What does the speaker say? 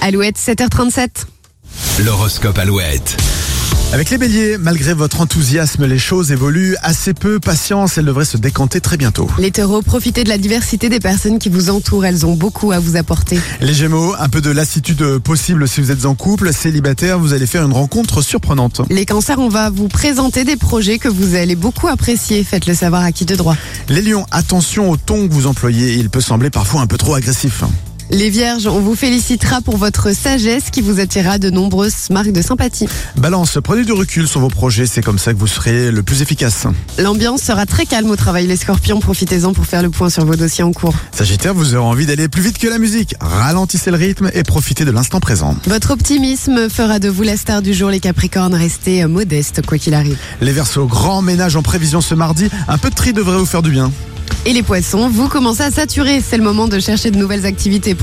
Alouette, 7h37. L'horoscope Alouette. Avec les béliers, malgré votre enthousiasme, les choses évoluent assez peu. Patience, elles devraient se décanter très bientôt. Les taureaux, profitez de la diversité des personnes qui vous entourent. Elles ont beaucoup à vous apporter. Les gémeaux, un peu de lassitude possible si vous êtes en couple. Célibataire, vous allez faire une rencontre surprenante. Les cancers, on va vous présenter des projets que vous allez beaucoup apprécier. Faites-le savoir à qui de droit. Les lions, attention au ton que vous employez. Il peut sembler parfois un peu trop agressif. Les vierges, on vous félicitera pour votre sagesse qui vous attirera de nombreuses marques de sympathie. Balance, prenez du recul sur vos projets. C'est comme ça que vous serez le plus efficace. L'ambiance sera très calme au travail. Les scorpions, profitez-en pour faire le point sur vos dossiers en cours. Sagittaire, vous aurez envie d'aller plus vite que la musique. Ralentissez le rythme et profitez de l'instant présent. Votre optimisme fera de vous la star du jour. Les capricornes, restez modestes quoi qu'il arrive. Les Verseaux, grand ménage en prévision ce mardi. Un peu de tri devrait vous faire du bien. Et les poissons, vous commencez à saturer. C'est le moment de chercher de nouvelles activités.